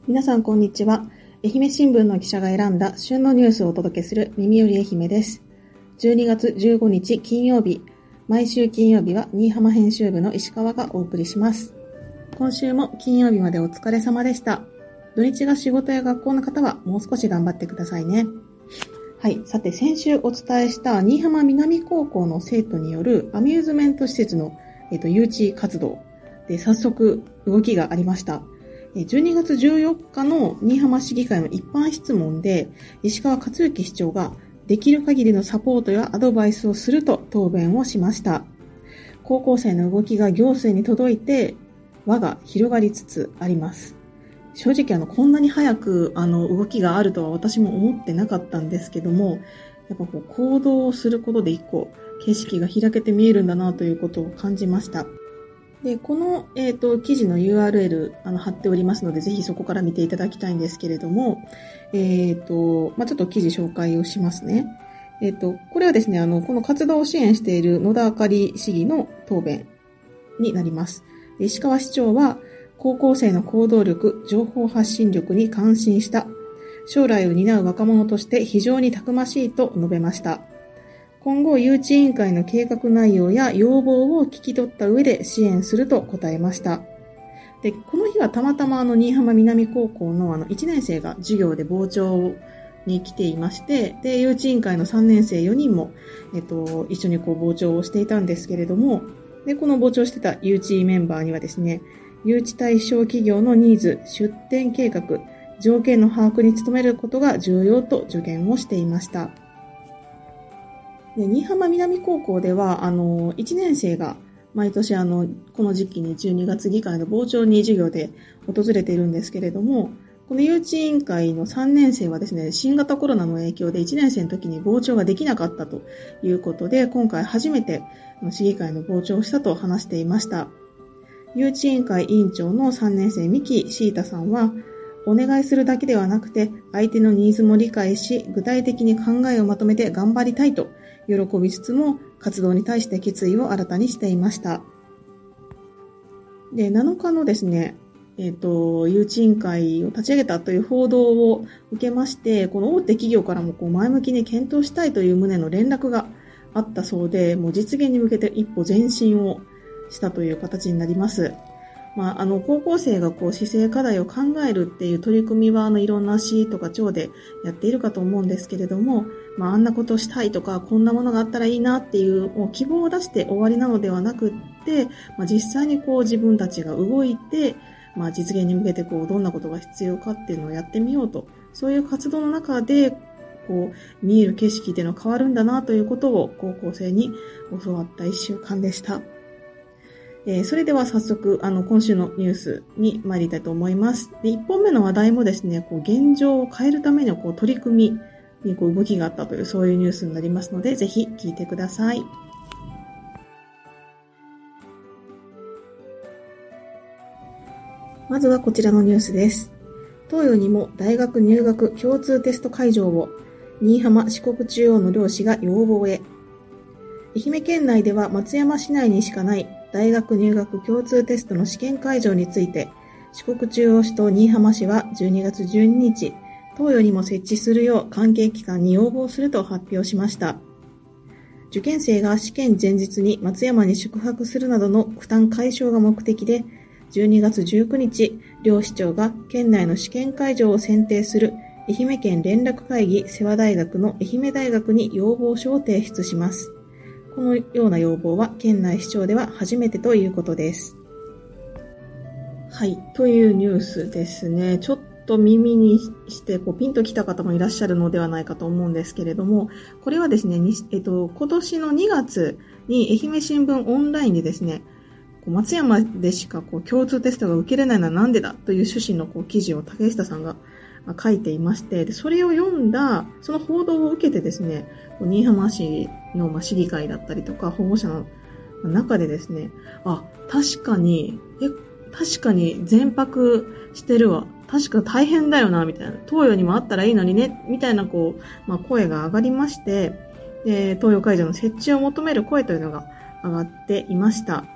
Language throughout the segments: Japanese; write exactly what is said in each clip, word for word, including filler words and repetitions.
皆さんこんにちは。愛媛新聞の記者が選んだ旬のニュースをお届けする耳より愛媛です。じゅうにがつじゅうごにち金曜日、毎週金曜日は新居浜編集部の石川がお送りします。今週も金曜日までお疲れ様でした。土日が仕事や学校の方はもう少し頑張ってくださいね。はい、さて先週お伝えした新居浜南高校の生徒によるアミューズメント施設の、えっと、誘致活動で早速動きがありました。じゅうにがつじゅうよっかの新居浜市議会の一般質問で、石川克行市長ができる限りのサポートやアドバイスをすると答弁をしました。高校生の動きが行政に届いて輪が広がりつつあります。正直あのこんなに早くあの動きがあるとは私も思ってなかったんですけども、やっぱこう行動をすることで一個景色が開けて見えるんだなということを感じました。で、この、えっと、記事の ユーアールエル、あの、貼っておりますので、ぜひそこから見ていただきたいんですけれども、えっと、まあ、ちょっと記事紹介をしますね。えっと、これはですね、あの、この活動を支援している野田あかり市議の答弁になります。石川市長は、高校生の行動力、情報発信力に感心した。将来を担う若者として非常にたくましいと述べました。今後、誘致委員会の計画内容や要望を聞き取った上で支援すると答えました。で、この日はたまたまあの新居浜南高校のあのいちねん生が授業で傍聴に来ていまして、で、誘致委員会のさんねん生よにんも、えっと、一緒にこう傍聴をしていたんですけれども、で、この傍聴してた誘致メンバーにはですね、誘致対象企業のニーズ、出展計画、条件の把握に努めることが重要と助言をしていました。で、新居浜南高校では、あの、いちねん生が毎年あの、この時期にじゅうにがつ議会の傍聴に授業で訪れているんですけれども、この誘致委員会のさんねん生はですね、新型コロナの影響でいちねん生の時に傍聴ができなかったということで、今回初めて市議会の傍聴をしたと話していました。誘致委員会委員長のさんねん生三木シータさんは、お願いするだけではなくて、相手のニーズも理解し、具体的に考えをまとめて頑張りたいと、喜びつつも活動に対して決意を新たにしていました。で、なのかのですね、えっと、誘致委員会を立ち上げたという報道を受けまして、この大手企業からもこう前向きに検討したいという旨の連絡があったそうで、もう実現に向けて一歩前進をしたという形になります。まあ、あの、高校生がこう、姿勢課題を考えるっていう取り組みは、あの、いろんな市とか町でやっているかと思うんですけれども、まあ、あんなことしたいとか、こんなものがあったらいいなっていう、もう希望を出して終わりなのではなくって、まあ、実際にこう、自分たちが動いて、まあ、実現に向けてこう、どんなことが必要かっていうのをやってみようと、そういう活動の中で、こう、見える景色っていうのは変わるんだなということを、高校生に教わった一週間でした。えー、それでは早速、あの、今週のニュースに参りたいと思います。で、一本目の話題もですね、こう、現状を変えるためのこう、取り組みにこう、動きがあったという、そういうニュースになりますので、ぜひ聞いてください。まずはこちらのニュースです。東洋にも大学入学共通テスト会場を、新居浜四国中央の漁師が要望へ。愛媛県内では松山市内にしかない大学入学共通テストの試験会場について、四国中央市と新居浜市はじゅうにがつじゅうににち、東洋にも設置するよう関係機関に要望すると発表しました。受験生が試験前日に松山に宿泊するなどの負担解消が目的で、じゅうにがつじゅうくにち、両市長が県内の試験会場を選定する愛媛県連絡会議世話大学の愛媛大学に要望書を提出します。このような要望は県内市長では初めてということです。はい、というニュースですね。ちょっと耳にしてこうピンときた方もいらっしゃるのではないかと思うんですけれども、これはですね、えっと、今年のにがつに愛媛新聞オンラインでですね、松山でしかこう共通テストが受けれないのはなんでだという趣旨のこう記事を竹下さんが書いていまして、でそれを読んだ、その報道を受けてですね、新居浜市のまあ市議会だったりとか保護者の中でですね、あ、確かに、え、確かに全泊してるわ。確か大変だよな、みたいな。東洋にもあったらいいのにね、みたいなこう、まあ声が上がりまして、で東洋会場の設置を求める声というのが上がっていました。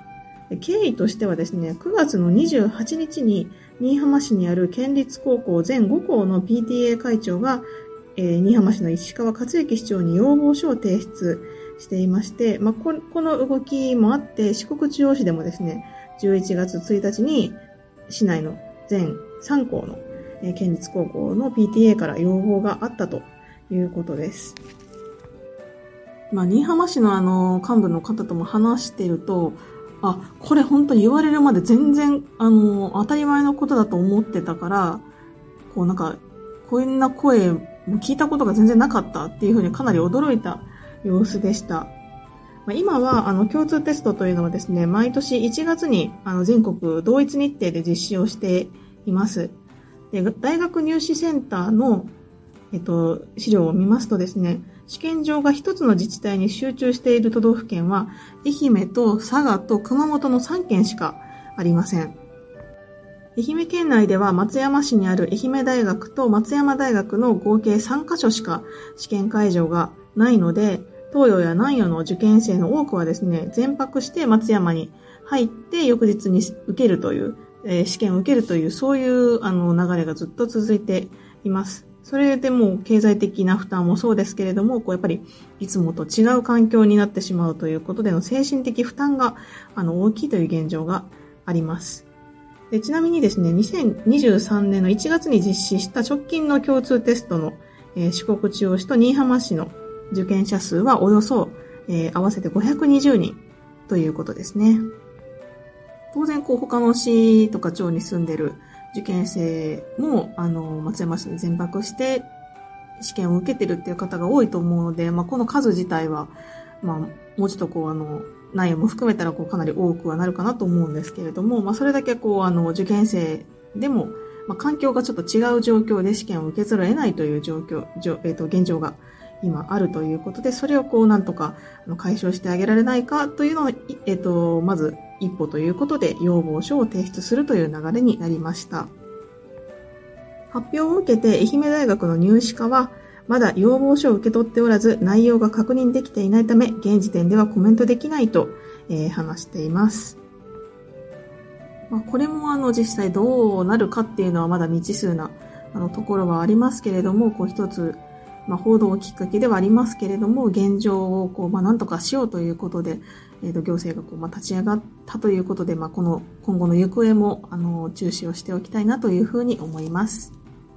経緯としてはですね、くがつのにじゅうはちにちに新居浜市にある県立高校全ご校の ピーティーエー 会長が、えー、新居浜市の石川克行市長に要望書を提出していまして、まあ、こ, この動きもあって、四国中央市でもですね、じゅういちがつついたちに市内の全さん校の、えー、県立高校の ピーティーエー から要望があったということです。まあ、新居浜市のあの幹部の方とも話していると、あ、これ本当に言われるまで全然あの当たり前のことだと思ってたから、こうなんかこんな声も聞いたことが全然なかったっていうふうにかなり驚いた様子でした。まあ、今はあの共通テストというのはですね、毎年いちがつにあの全国同一日程で実施をしています。で、大学入試センターのえっと資料を見ますとですね、試験場が一つの自治体に集中している都道府県は愛媛と佐賀と熊本のさんけんしかありません。愛媛県内では松山市にある愛媛大学と松山大学の合計さんかしょしか試験会場がないので、東洋や南洋の受験生の多くはですね、全泊して松山に入って翌日に受けるという、えー、試験を受けるという、そういうあの流れがずっと続いています。それでもう経済的な負担もそうですけれども、こうやっぱりいつもと違う環境になってしまうということでの精神的負担があの大きいという現状があります。で、ちなみにですね、にせんにじゅうさんねんのいちがつに実施した直近の共通テストの、えー、四国中央市と新居浜市の受験者数はおよそ、えー、合わせてごひゃくにじゅうにんということですね。当然こう他の市とか町に住んでる受験生もあの松山市に全泊して試験を受けてるっていう方が多いと思うので、まあ、この数自体は、まあ、もうちょっとこうあの内容も含めたらこうかなり多くはなるかなと思うんですけれども、まあ、それだけこうあの受験生でも、まあ、環境がちょっと違う状況で試験を受けざるを得ないという状況、えーと、現状が今あるということで、それをこうなんとか解消してあげられないかというのを、えーと、まず一歩ということで要望書を提出するという流れになりました。発表を受けて愛媛大学の入試課はまだ要望書を受け取っておらず内容が確認できていないため現時点ではコメントできないと、えー、話しています。まあ、これもあの実際どうなるかっていうのはまだ未知数なあのところはありますけれども、こう一つまあ、報道きっかけではありますけれども、現状をこう、まあ、なんとかしようということで、えー、と行政がこう、まあ、立ち上がったということで、まあ、この今後の行方もあの注視をしておきたいなというふうに思います。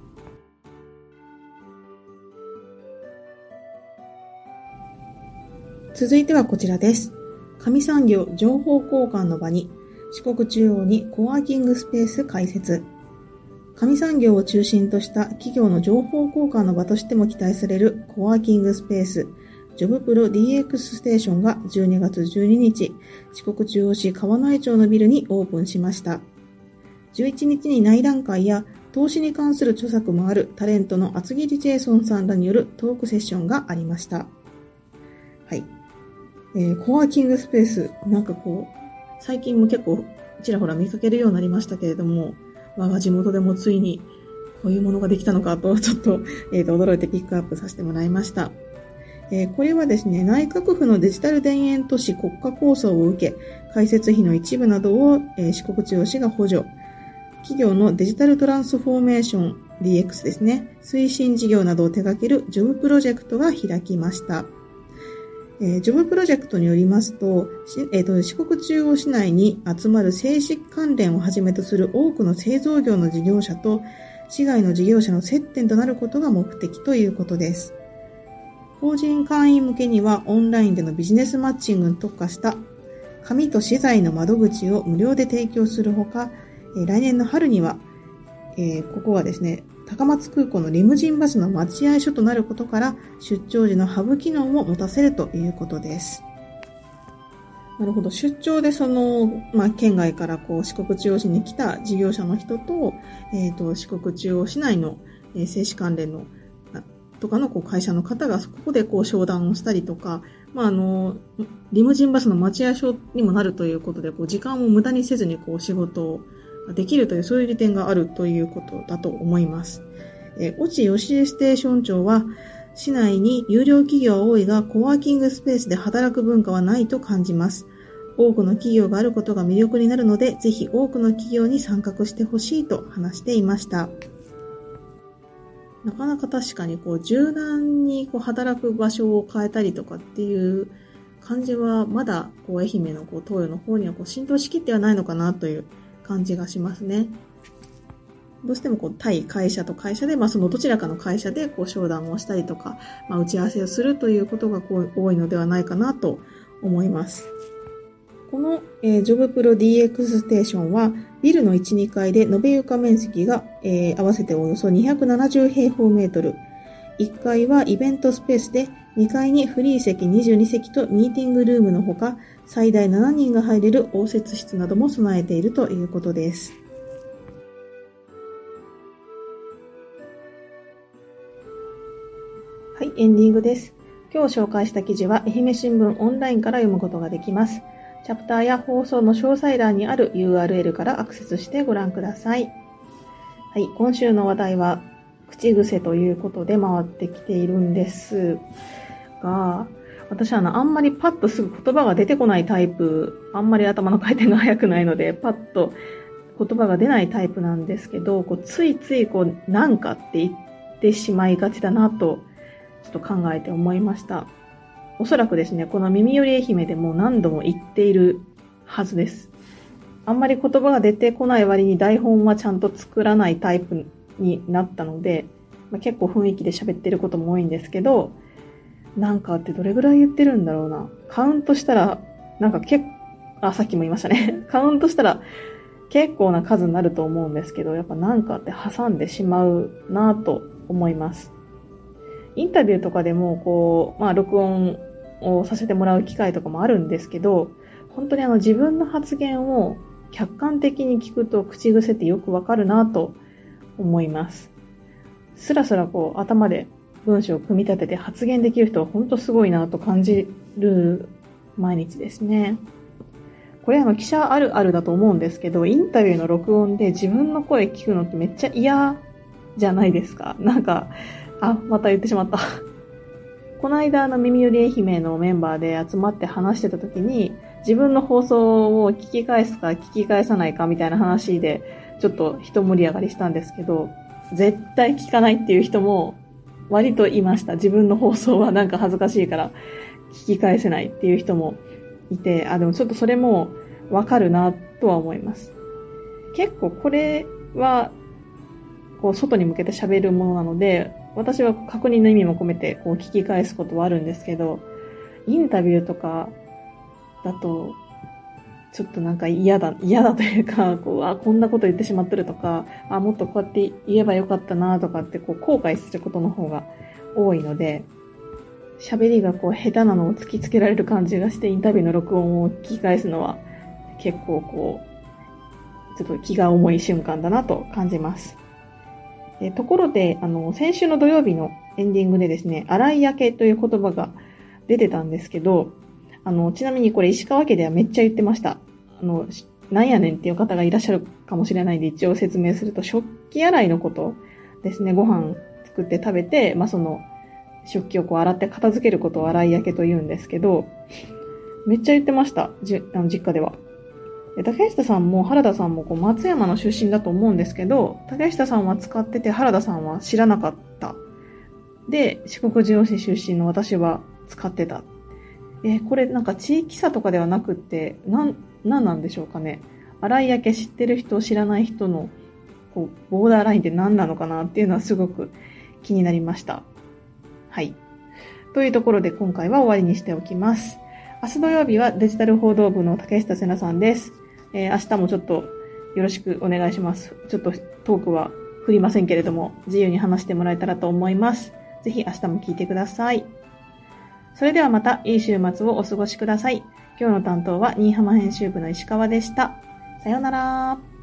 続いてはこちらです。上産業情報交換の場に四国中央にコワーキングスペース開設。上産業を中心とした企業の情報交換の場としても期待されるコワーキングスペース、ジョブプロ ディーエックス ステーションがじゅうにがつじゅうににち、四国中央市川内町のビルにオープンしました。じゅういちにちに内覧会や投資に関する著作もあるタレントの厚切りジェイソンさんらによるトークセッションがありました。はい。えー、コワーキングスペース、なんかこう、最近も結構ちらほら見かけるようになりましたけれども、我が地元でもついにこういうものができたのかとちょっと、えー、と驚いてピックアップさせてもらいました。えー、これはですね、内閣府のデジタル田園都市国家構想を受け、開設費の一部などを、えー、四国中央市が補助、企業のデジタルトランスフォーメーション ディーエックス ですね、推進事業などを手掛けるジョブプロジェクトが開きました。えー、ジョブプロジェクトによりますと、えーと、四国中央市内に集まる製紙関連をはじめとする多くの製造業の事業者と市外の事業者の接点となることが目的ということです。法人会員向けにはオンラインでのビジネスマッチングに特化した紙と資材の窓口を無料で提供するほか、えー、来年の春には、えー、ここはですね、高松空港のリムジンバスの待合所となることから出張時のハブ機能を持たせるということです。なるほど。出張でその、まあ、県外からこう四国中央市に来た事業者の人と、えっと、四国中央市内の、えー、製紙関連のとかのこう会社の方がここでこう商談をしたりとか、まあ、あの、リムジンバスの待合所にもなるということで、こう時間を無駄にせずにこう仕事をできるという、そういう利点があるということだと思います。えー、越智義恵ステーション長は、市内に有料企業は多いが、コワーキングスペースで働く文化はないと感じます。 多くの企業があることが魅力になるので、ぜひ多くの企業に参画してほしいと話していました。なかなか確かにこう柔軟にこう働く場所を変えたりとかっていう感じはまだこう愛媛のこう東洋の方にはこう浸透しきってはないのかなという感じがしますね。どうしてもこう対会社と会社で、まあそのどちらかの会社でこう商談をしたりとか、まあ打ち合わせをするということがこう多いのではないかなと思います。この、えー、ジョブプロ ディーエックス ステーションはビルのいち、にかいで延べ床面積が、えー、合わせておよそにひゃくななじゅうへいほうメートル。いっかいはイベントスペースで、にかいにフリー席にじゅうにせきとミーティングルームのほか、最大ななにんが入れる応接室なども備えているということです。はい、エンディングです。今日紹介した記事は愛媛新聞オンラインから読むことができます。チャプターや放送の詳細欄にある ユーアールエル からアクセスしてご覧ください。はい、今週の話題は口癖ということで回ってきているんですが、私はあのあんまりパッとすぐ言葉が出てこないタイプ、あんまり頭の回転が速くないのでパッと言葉が出ないタイプなんですけど、こうついついこうなんかって言ってしまいがちだなとちょっと考えて思いました。おそらくですね、この耳より愛媛でも何度も言っているはずです。あんまり言葉が出てこない割に台本はちゃんと作らないタイプになったので、まあ、結構雰囲気で喋ってることも多いんですけど、なんかってどれぐらい言ってるんだろうな。カウントしたら、なんか結構、あ、さっきも言いましたね。カウントしたら結構な数になると思うんですけど、やっぱなんかって挟んでしまうなと思います。インタビューとかでも、こう、まあ、録音をさせてもらう機会とかもあるんですけど、本当にあの自分の発言を客観的に聞くと口癖ってよくわかるなと思います。スラスラこう頭で文章を組み立てて発言できる人は本当すごいなと感じる毎日ですね。これあの記者あるあるだと思うんですけど、インタビューの録音で自分の声聞くのってめっちゃ嫌じゃないですか。なんか、あ、また言ってしまった。この間の耳より愛媛のメンバーで集まって話してた時に、自分の放送を聞き返すか聞き返さないかみたいな話で、ちょっと一盛り上がりしたんですけど、絶対聞かないっていう人も割といました。自分の放送はなんか恥ずかしいから聞き返せないっていう人もいて、あ、でもちょっとそれもわかるなとは思います。結構これは、こう外に向けて喋るものなので、私は確認の意味も込めてこう聞き返すことはあるんですけど、インタビューとかだと、ちょっとなんか嫌だ、嫌だというか、こう、あ、こんなこと言ってしまってるとか、あ、もっとこうやって言えばよかったなとかって、こう、後悔することの方が多いので、喋りがこう、下手なのを突きつけられる感じがして、インタビューの録音を聞き返すのは、結構こう、ちょっと気が重い瞬間だなと感じます。えところで、あの、先週の土曜日のエンディングでですね、洗い焼けという言葉が出てたんですけど、あの、ちなみにこれ石川家ではめっちゃ言ってました。あの、なんやねんっていう方がいらっしゃるかもしれないんで一応説明すると、食器洗いのことですね。ご飯作って食べて、まあ、その、食器をこう洗って片付けることを洗い焼けと言うんですけど、めっちゃ言ってました。じあの実家では。で竹下さんも原田さんもこう松山の出身だと思うんですけど、竹下さんは使ってて原田さんは知らなかった。で、四国地方市出身の私は使ってた。えー、これなんか地域差とかではなくって、なん、なんなんでしょうかね。洗い焼け知ってる人、知らない人のこうボーダーラインって何なのかなっていうのはすごく気になりました。はい。というところで今回は終わりにしておきます。明日土曜日はデジタル報道部の竹下瀬奈さんです。えー、明日もちょっとよろしくお願いします。ちょっとトークは振りませんけれども、自由に話してもらえたらと思います。ぜひ明日も聞いてください。それではまたいい週末をお過ごしください。今日の担当は新居浜編集部の石川でした。さようなら。